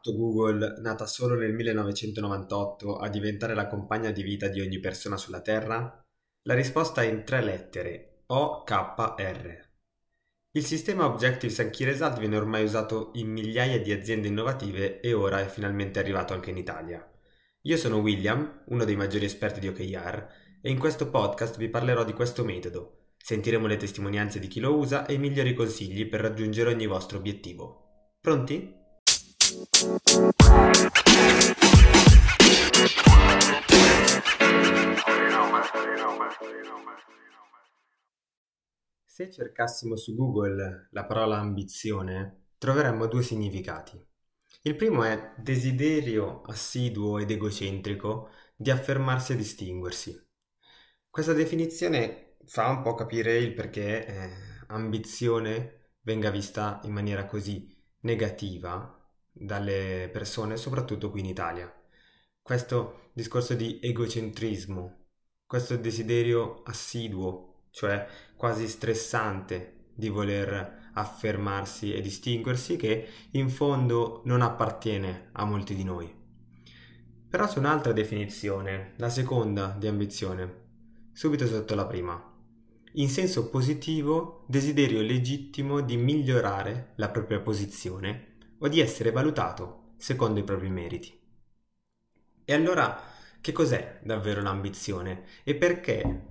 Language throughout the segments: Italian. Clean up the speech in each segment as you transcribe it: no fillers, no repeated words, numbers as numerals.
fatto Google, nata solo nel 1998, a diventare la compagna di vita di ogni persona sulla Terra? La risposta è in tre lettere, OKR. Il sistema Objectives and Key Result viene ormai usato in migliaia di aziende innovative e ora è finalmente arrivato anche in Italia. Io sono William, uno dei maggiori esperti di OKR, e in questo podcast vi parlerò di questo metodo. Sentiremo le testimonianze di chi lo usa e i migliori consigli per raggiungere ogni vostro obiettivo. Pronti? Se cercassimo su Google la parola ambizione, troveremmo due significati. Il primo è desiderio assiduo ed egocentrico di affermarsi e distinguersi. Questa definizione fa un po' capire il perché ambizione venga vista in maniera così negativa dalle persone, soprattutto qui in Italia. Questo discorso di egocentrismo, questo desiderio assiduo, cioè quasi stressante di voler affermarsi e distinguersi, che in fondo non appartiene a molti di noi. Però c'è un'altra definizione, la seconda di ambizione, subito sotto la prima. In senso positivo, desiderio legittimo di migliorare la propria posizione o di essere valutato secondo i propri meriti. E allora, che cos'è davvero l'ambizione? E perché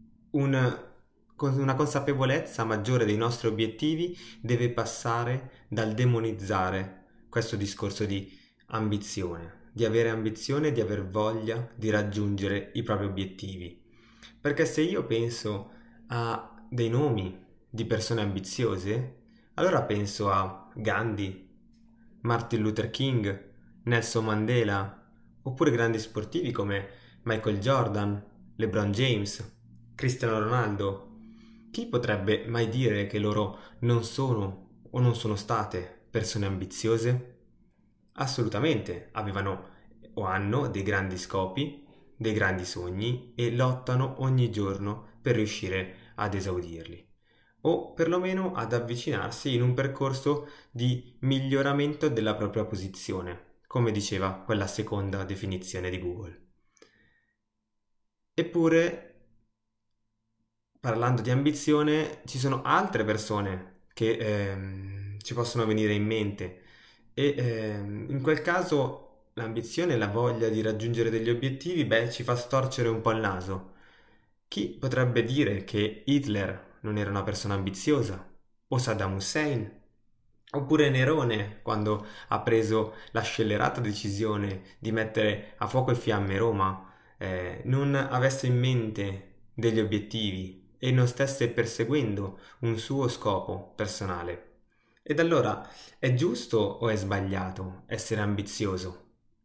una consapevolezza maggiore dei nostri obiettivi deve passare dal demonizzare questo discorso di ambizione, di avere ambizione, di aver voglia di raggiungere i propri obiettivi? Perché se io penso a dei nomi di persone ambiziose, allora penso a Gandhi, Martin Luther King, Nelson Mandela, oppure grandi sportivi come Michael Jordan, LeBron James, Cristiano Ronaldo. Chi potrebbe mai dire che loro non sono o non sono state persone ambiziose? Assolutamente, avevano o hanno dei grandi scopi, dei grandi sogni e lottano ogni giorno per riuscire ad esaudirli o perlomeno ad avvicinarsi in un percorso di miglioramento della propria posizione, come diceva quella seconda definizione di Google. Eppure, parlando di ambizione, ci sono altre persone che ci possono venire in mente e in quel caso l'ambizione e la voglia di raggiungere degli obiettivi, ci fa storcere un po' il naso. Chi potrebbe dire che Hitler non era una persona ambiziosa? O Saddam Hussein? Oppure Nerone, quando ha preso la scellerata decisione di mettere a fuoco e fiamme Roma, non avesse in mente degli obiettivi e non stesse perseguendo un suo scopo personale. Ed allora è giusto o è sbagliato essere ambizioso?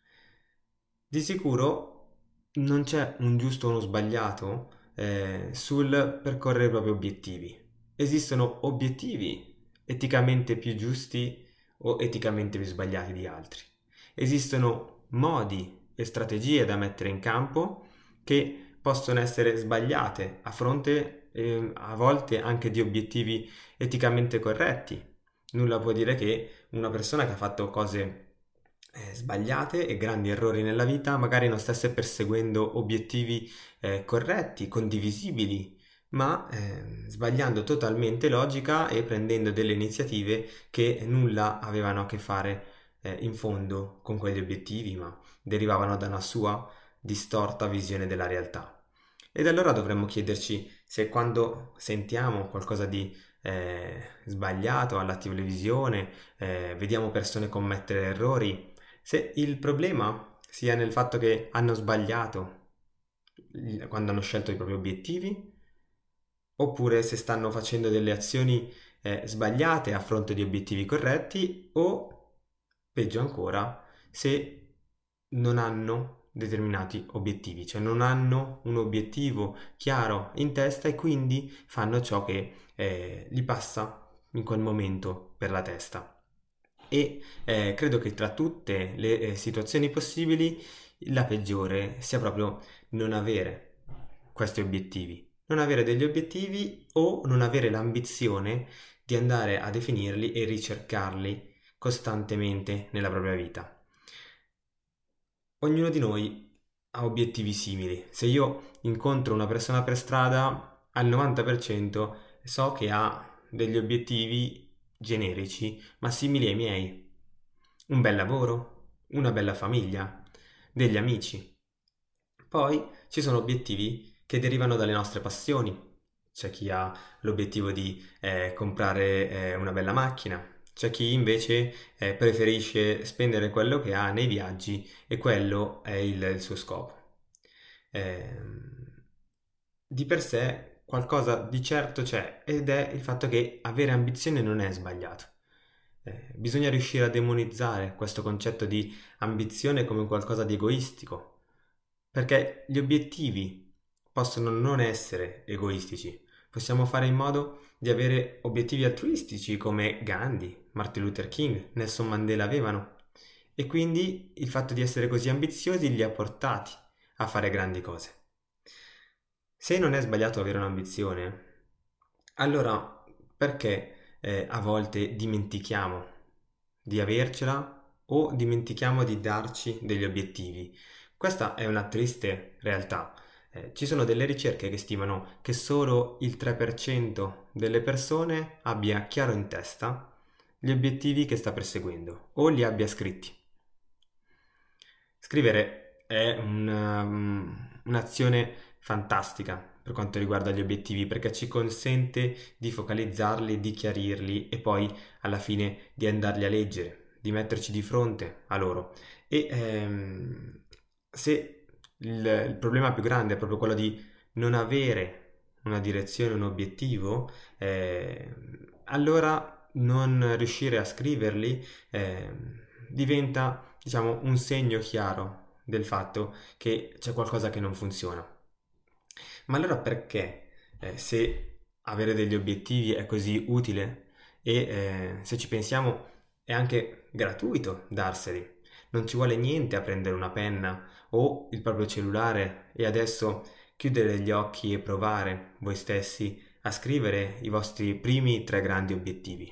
Di sicuro non c'è un giusto o uno sbagliato sul percorrere i propri obiettivi. Esistono obiettivi eticamente più giusti o eticamente più sbagliati di altri. Esistono modi e strategie da mettere in campo che possono essere sbagliate a fronte a volte anche di obiettivi eticamente corretti. Nulla può dire che una persona che ha fatto cose sbagliate e grandi errori nella vita magari non stesse perseguendo obiettivi corretti, condivisibili, ma sbagliando totalmente logica e prendendo delle iniziative che nulla avevano a che fare in fondo con quegli obiettivi, ma derivavano da una sua distorta visione della realtà. Ed allora dovremmo chiederci se quando sentiamo qualcosa di sbagliato alla televisione, vediamo persone commettere errori, se il problema sia nel fatto che hanno sbagliato quando hanno scelto i propri obiettivi, oppure se stanno facendo delle azioni sbagliate a fronte di obiettivi corretti, o peggio ancora, se non hanno determinati obiettivi, cioè non hanno un obiettivo chiaro in testa e quindi fanno ciò che gli passa in quel momento per la testa. E credo che tra tutte le situazioni possibili la peggiore sia proprio non avere questi obiettivi. Non avere degli obiettivi o non avere l'ambizione di andare a definirli e ricercarli costantemente nella propria vita. Ognuno di noi ha obiettivi simili. Se io incontro una persona per strada, al 90% so che ha degli obiettivi generici, ma simili ai miei. Un bel lavoro, una bella famiglia, degli amici. Poi ci sono obiettivi che derivano dalle nostre passioni. C'è chi ha l'obiettivo di comprare una bella macchina, c'è chi invece preferisce spendere quello che ha nei viaggi e quello è il suo scopo. Di per sé qualcosa di certo c'è ed è il fatto che avere ambizione non è sbagliato. Bisogna riuscire a demonizzare questo concetto di ambizione come qualcosa di egoistico, perché gli obiettivi possono non essere egoistici. Possiamo fare in modo di avere obiettivi altruistici come Gandhi, Martin Luther King, Nelson Mandela avevano. E quindi il fatto di essere così ambiziosi li ha portati a fare grandi cose. Se non è sbagliato avere un'ambizione, allora perché a volte dimentichiamo di avercela o dimentichiamo di darci degli obiettivi? Questa è una triste realtà. Ci sono delle ricerche che stimano che solo il 3% delle persone abbia chiaro in testa gli obiettivi che sta perseguendo o li abbia scritti. Scrivere è un'azione fantastica per quanto riguarda gli obiettivi perché ci consente di focalizzarli, di chiarirli e poi alla fine di andarli a leggere, di metterci di fronte a loro. E se il problema più grande è proprio quello di non avere una direzione, un obiettivo, allora non riuscire a scriverli diventa, diciamo, un segno chiaro del fatto che c'è qualcosa che non funziona. Ma allora perché, se avere degli obiettivi è così utile e se ci pensiamo è anche gratuito darseli? Non ci vuole niente a prendere una penna o il proprio cellulare e adesso chiudere gli occhi e provare voi stessi a scrivere i vostri primi 3 grandi obiettivi.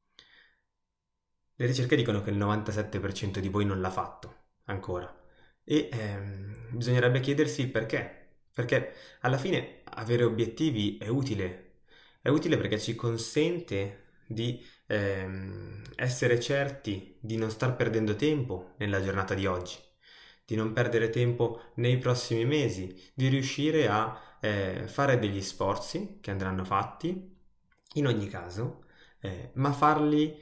Le ricerche dicono che il 97% di voi non l'ha fatto ancora e bisognerebbe chiedersi il perché. Perché alla fine avere obiettivi è utile. È utile perché ci consente di essere certi di non star perdendo tempo nella giornata di oggi, di non perdere tempo nei prossimi mesi, di riuscire a fare degli sforzi che andranno fatti in ogni caso, ma farli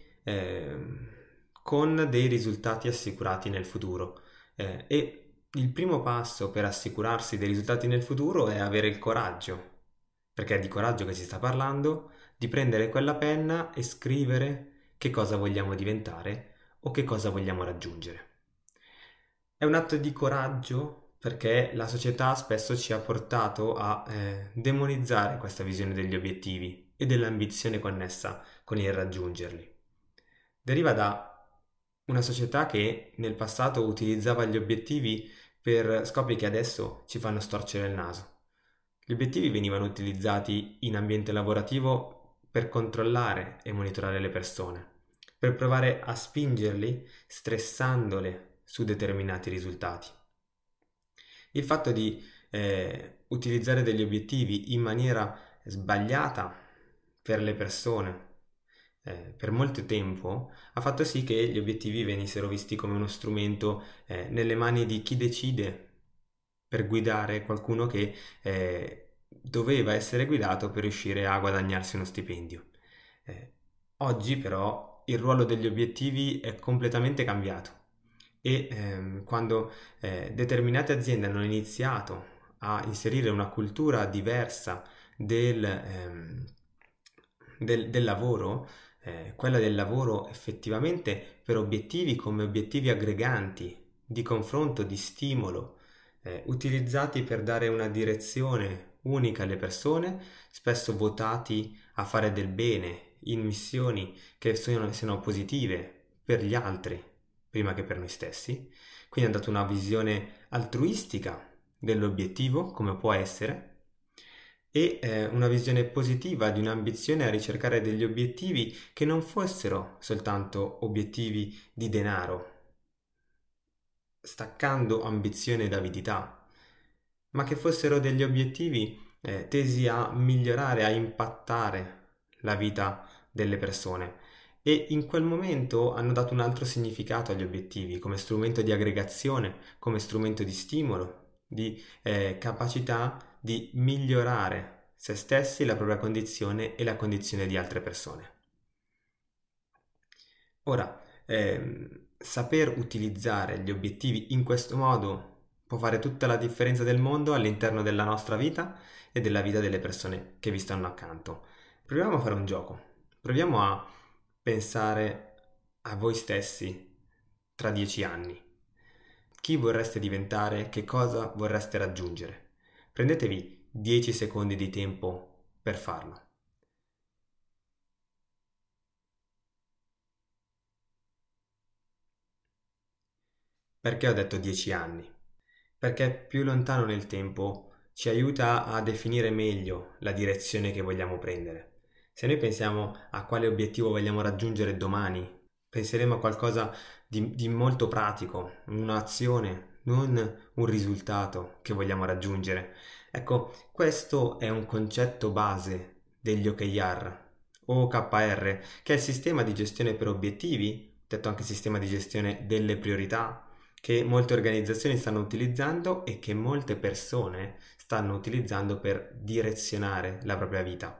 con dei risultati assicurati nel futuro. E il primo passo per assicurarsi dei risultati nel futuro è avere il coraggio, perché è di coraggio che si sta parlando, di prendere quella penna e scrivere che cosa vogliamo diventare o che cosa vogliamo raggiungere. È un atto di coraggio perché la società spesso ci ha portato a demonizzare questa visione degli obiettivi e dell'ambizione connessa con il raggiungerli. Deriva da una società che nel passato utilizzava gli obiettivi per scopi che adesso ci fanno storcere il naso. Gli obiettivi venivano utilizzati in ambiente lavorativo per controllare e monitorare le persone, per provare a spingerli stressandole su determinati risultati. Il fatto di utilizzare degli obiettivi in maniera sbagliata per le persone per molto tempo ha fatto sì che gli obiettivi venissero visti come uno strumento nelle mani di chi decide per guidare qualcuno che doveva essere guidato per riuscire a guadagnarsi uno stipendio. Oggi però il ruolo degli obiettivi è completamente cambiato e quando determinate aziende hanno iniziato a inserire una cultura diversa del lavoro, quella del lavoro effettivamente per obiettivi come obiettivi aggreganti, di confronto, di stimolo, utilizzati per dare una direzione unica alle persone, spesso votati a fare del bene in missioni che siano positive per gli altri prima che per noi stessi. Quindi hanno dato una visione altruistica dell'obiettivo, come può essere, e una visione positiva di un'ambizione a ricercare degli obiettivi che non fossero soltanto obiettivi di denaro, staccando ambizione ed avidità, ma che fossero degli obiettivi tesi a migliorare, a impattare la vita delle persone. E in quel momento hanno dato un altro significato agli obiettivi, come strumento di aggregazione, come strumento di stimolo, di capacità di migliorare se stessi, la propria condizione e la condizione di altre persone. Ora, saper utilizzare gli obiettivi in questo modo può fare tutta la differenza del mondo all'interno della nostra vita e della vita delle persone che vi stanno accanto. Proviamo a fare un gioco. Proviamo a pensare a voi stessi tra 10 anni. Chi vorreste diventare? Che cosa vorreste raggiungere? Prendetevi 10 secondi di tempo per farlo. Perché ho detto 10 anni? Perché più lontano nel tempo ci aiuta a definire meglio la direzione che vogliamo prendere. Se noi pensiamo a quale obiettivo vogliamo raggiungere domani, penseremo a qualcosa di molto pratico, un'azione, non un risultato che vogliamo raggiungere. Ecco, questo è un concetto base degli OKR o OKR, che è il sistema di gestione per obiettivi, detto anche sistema di gestione delle priorità, che molte organizzazioni stanno utilizzando e che molte persone stanno utilizzando per direzionare la propria vita.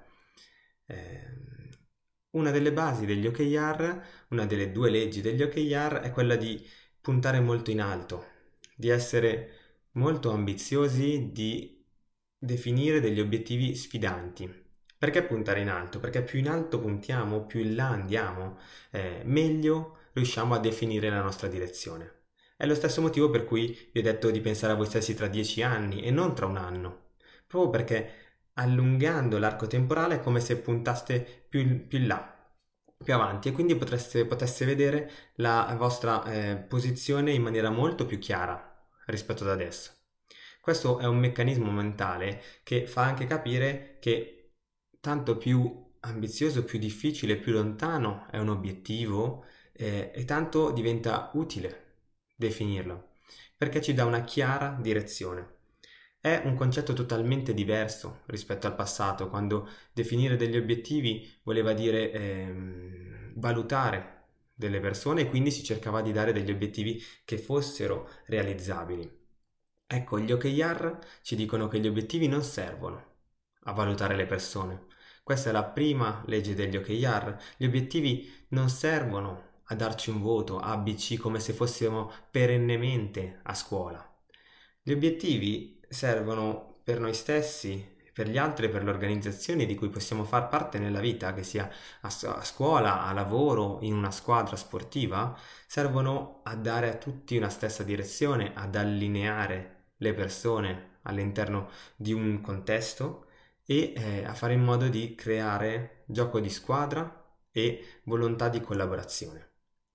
Una delle basi degli OKR, una delle due leggi degli OKR è quella di puntare molto in alto, di essere molto ambiziosi, di definire degli obiettivi sfidanti. Perché puntare in alto? Perché più in alto puntiamo, più in là andiamo, meglio riusciamo a definire la nostra direzione. È lo stesso motivo per cui vi ho detto di pensare a voi stessi tra 10 anni e non tra un anno, proprio perché allungando l'arco temporale è come se puntaste più in là, più avanti, e quindi poteste vedere la vostra posizione in maniera molto più chiara rispetto ad adesso. Questo è un meccanismo mentale che fa anche capire che tanto più ambizioso, più difficile, più lontano è un obiettivo, e tanto diventa utile definirlo, perché ci dà una chiara direzione. È un concetto totalmente diverso rispetto al passato, quando definire degli obiettivi voleva dire valutare delle persone e quindi si cercava di dare degli obiettivi che fossero realizzabili. Ecco, gli OKR ci dicono che gli obiettivi non servono a valutare le persone. Questa è la prima legge degli OKR. Gli obiettivi non servono a darci un voto A, B, C come se fossimo perennemente a scuola. Gli obiettivi servono per noi stessi, per gli altri e per le organizzazioni di cui possiamo far parte nella vita, che sia a scuola, a lavoro, in una squadra sportiva, servono a dare a tutti una stessa direzione, ad allineare le persone all'interno di un contesto e a fare in modo di creare gioco di squadra e volontà di collaborazione.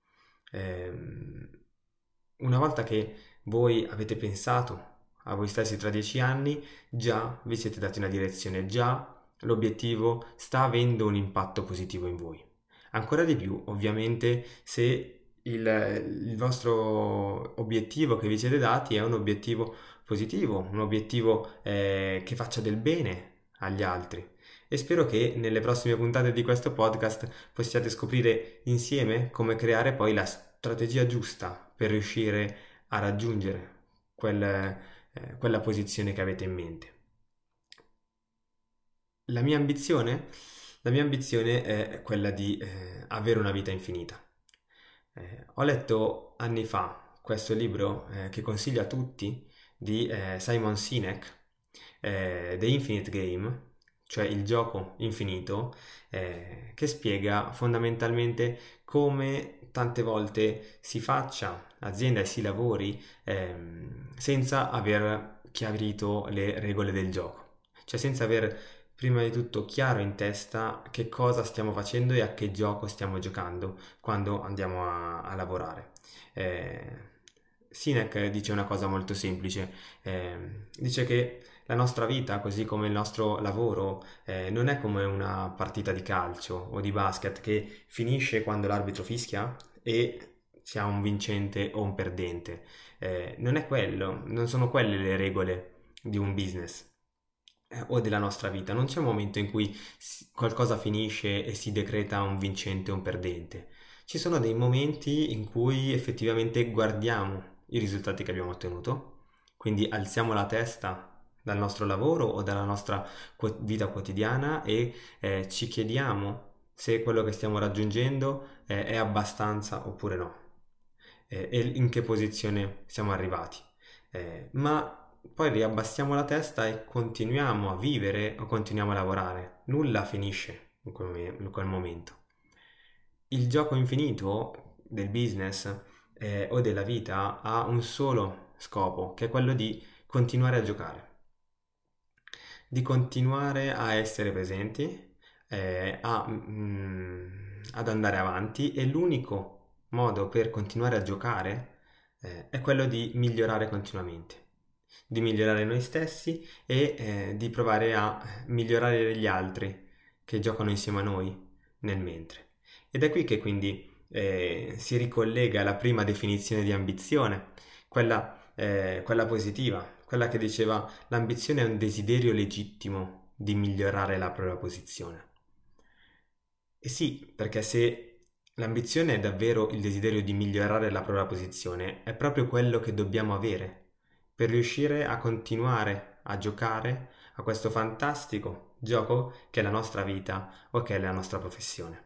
Una volta che voi avete pensato a voi stessi tra 10 anni, già vi siete dati una direzione, già l'obiettivo sta avendo un impatto positivo in voi. Ancora di più, ovviamente, se il vostro obiettivo che vi siete dati è un obiettivo positivo, un obiettivo che faccia del bene agli altri. E spero che nelle prossime puntate di questo podcast possiate scoprire insieme come creare poi la strategia giusta per riuscire a raggiungere quella posizione che avete in mente. La mia ambizione? La mia ambizione è quella di avere una vita infinita. Ho letto anni fa questo libro che consiglio a tutti di Simon Sinek, The Infinite Game, cioè il gioco infinito, che spiega fondamentalmente come tante volte si faccia azienda e si lavori senza aver chiarito le regole del gioco, cioè senza aver prima di tutto chiaro in testa che cosa stiamo facendo e a che gioco stiamo giocando quando andiamo a lavorare. Sinek dice una cosa molto semplice, dice che La nostra vita, così come il nostro lavoro, non è come una partita di calcio o di basket che finisce quando l'arbitro fischia e si ha un vincente o un perdente. Non è quello, non sono quelle le regole di un business o della nostra vita. Non c'è un momento in cui qualcosa finisce e si decreta un vincente o un perdente. Ci sono dei momenti in cui effettivamente guardiamo i risultati che abbiamo ottenuto, quindi alziamo la testa dal nostro lavoro o dalla nostra vita quotidiana e ci chiediamo se quello che stiamo raggiungendo è abbastanza oppure no, e in che posizione siamo arrivati. Ma poi riabbassiamo la testa e continuiamo a vivere o continuiamo a lavorare. Nulla finisce in quel momento. Il gioco infinito del business o della vita ha un solo scopo, che è quello di continuare a giocare, di continuare a essere presenti, ad andare avanti, e l'unico modo per continuare a giocare è quello di migliorare continuamente, di migliorare noi stessi e di provare a migliorare gli altri che giocano insieme a noi nel mentre. Ed è qui che quindi si ricollega alla prima definizione di ambizione, quella positiva, quella che diceva l'ambizione è un desiderio legittimo di migliorare la propria posizione. E sì, perché se l'ambizione è davvero il desiderio di migliorare la propria posizione, è proprio quello che dobbiamo avere per riuscire a continuare a giocare a questo fantastico gioco che è la nostra vita o che è la nostra professione.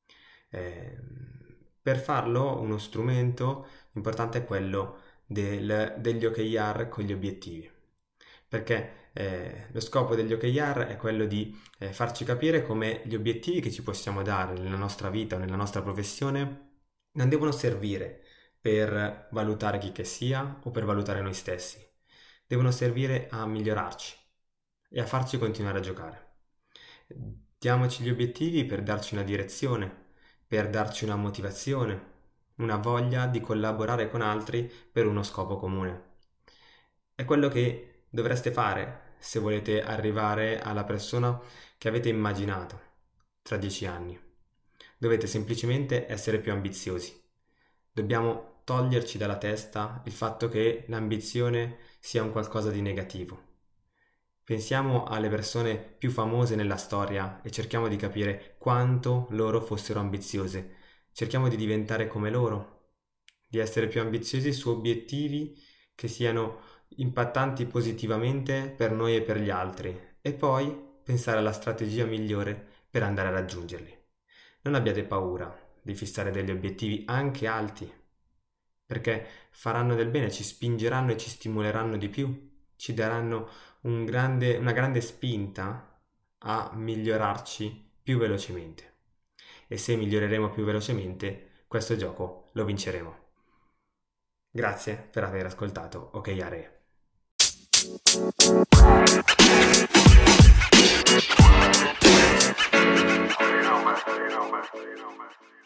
Per farlo uno strumento importante è quello degli OKR con gli obiettivi, perché lo scopo degli OKR è quello di farci capire come gli obiettivi che ci possiamo dare nella nostra vita o nella nostra professione non devono servire per valutare chi che sia o per valutare noi stessi, devono servire a migliorarci e a farci continuare a giocare. Diamoci gli obiettivi per darci una direzione, per darci una motivazione, una voglia di collaborare con altri per uno scopo comune. È quello che dovreste fare se volete arrivare alla persona che avete immaginato tra 10 anni. Dovete semplicemente essere più ambiziosi. Dobbiamo toglierci dalla testa il fatto che l'ambizione sia un qualcosa di negativo. Pensiamo alle persone più famose nella storia e cerchiamo di capire quanto loro fossero ambiziose. Cerchiamo di diventare come loro, di essere più ambiziosi su obiettivi che siano impattanti positivamente per noi e per gli altri, e poi pensare alla strategia migliore per andare a raggiungerli. Non abbiate paura di fissare degli obiettivi anche alti, perché faranno del bene, ci spingeranno e ci stimoleranno di più, ci daranno una grande spinta a migliorarci più velocemente. E se miglioreremo più velocemente, questo gioco lo vinceremo. Grazie per aver ascoltato OKR.